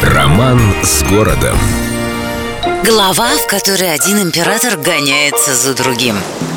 Роман с городом. Глава, в которой один император гоняется за другим.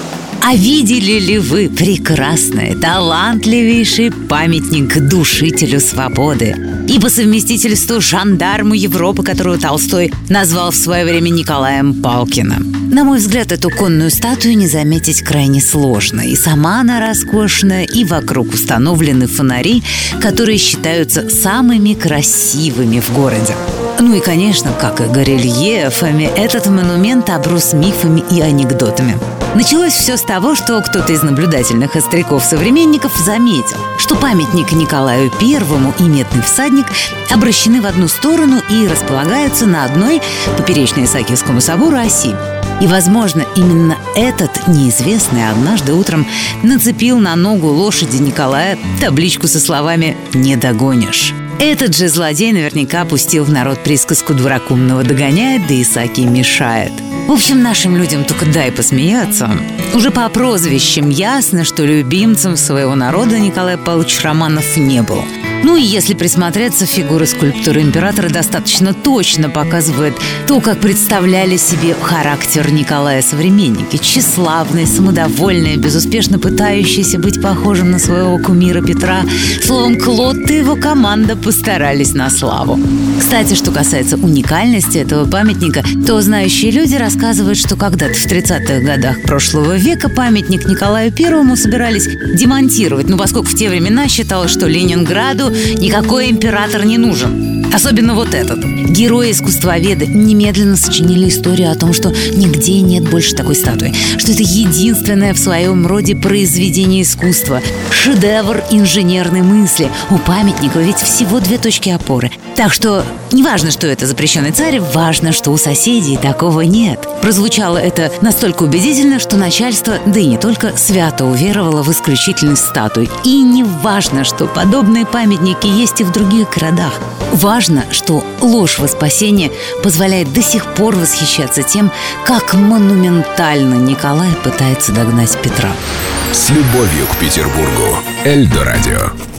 А видели ли вы прекрасный, талантливейший памятник душителю свободы и по совместительству жандарму Европы, которую Толстой назвал в свое время Николаем Палкиным? На мой взгляд, эту конную статую не заметить крайне сложно. И сама она роскошная, и вокруг установлены фонари, которые считаются самыми красивыми в городе. Ну и, конечно, как и горельефами, этот монумент оброс мифами и анекдотами. Началось все с того, что кто-то из наблюдательных остряков-современников заметил, что памятник Николаю Первому и медный всадник обращены в одну сторону и располагаются на одной, поперечной Исаакиевскому собору, оси. И, возможно, именно этот неизвестный однажды утром нацепил на ногу лошади Николая табличку со словами «Не догонишь». Этот же злодей наверняка пустил в народ присказку «Дурак умного догоняет, да Исаакий мешает». В общем, нашим людям только дай посмеяться. Уже по прозвищам ясно, что любимцем своего народа Николай Павлович Романов не был. Ну и если присмотреться, фигура скульптуры императора достаточно точно показывает то, как представляли себе характер Николая современники. Тщеславный, самодовольный, безуспешно пытающийся быть похожим на своего кумира Петра. Словом, Клод и его команда постарались на славу. Кстати, что касается уникальности этого памятника, то знающие люди рассказывают, что когда-то в 30-х годах прошлого века памятник Николаю Первому собирались демонтировать, поскольку в те времена считалось, что Ленинграду никакой император не нужен. Особенно вот этот. Герои-искусствоведы немедленно сочинили историю о том, что нигде нет больше такой статуи, что это единственное в своем роде произведение искусства, шедевр инженерной мысли. У памятника ведь всего 2 точки опоры. Так что не важно, что это запрещенный царь, важно, что у соседей такого нет. Прозвучало это настолько убедительно, что начальство, да и не только, свято уверовало в исключительность статуи. И не важно, что подобные памятники есть и в других городах. Важно, что ложь во спасение позволяет до сих пор восхищаться тем, как монументально Николай пытается догнать Петра. С любовью к Петербургу. Эльдо радио.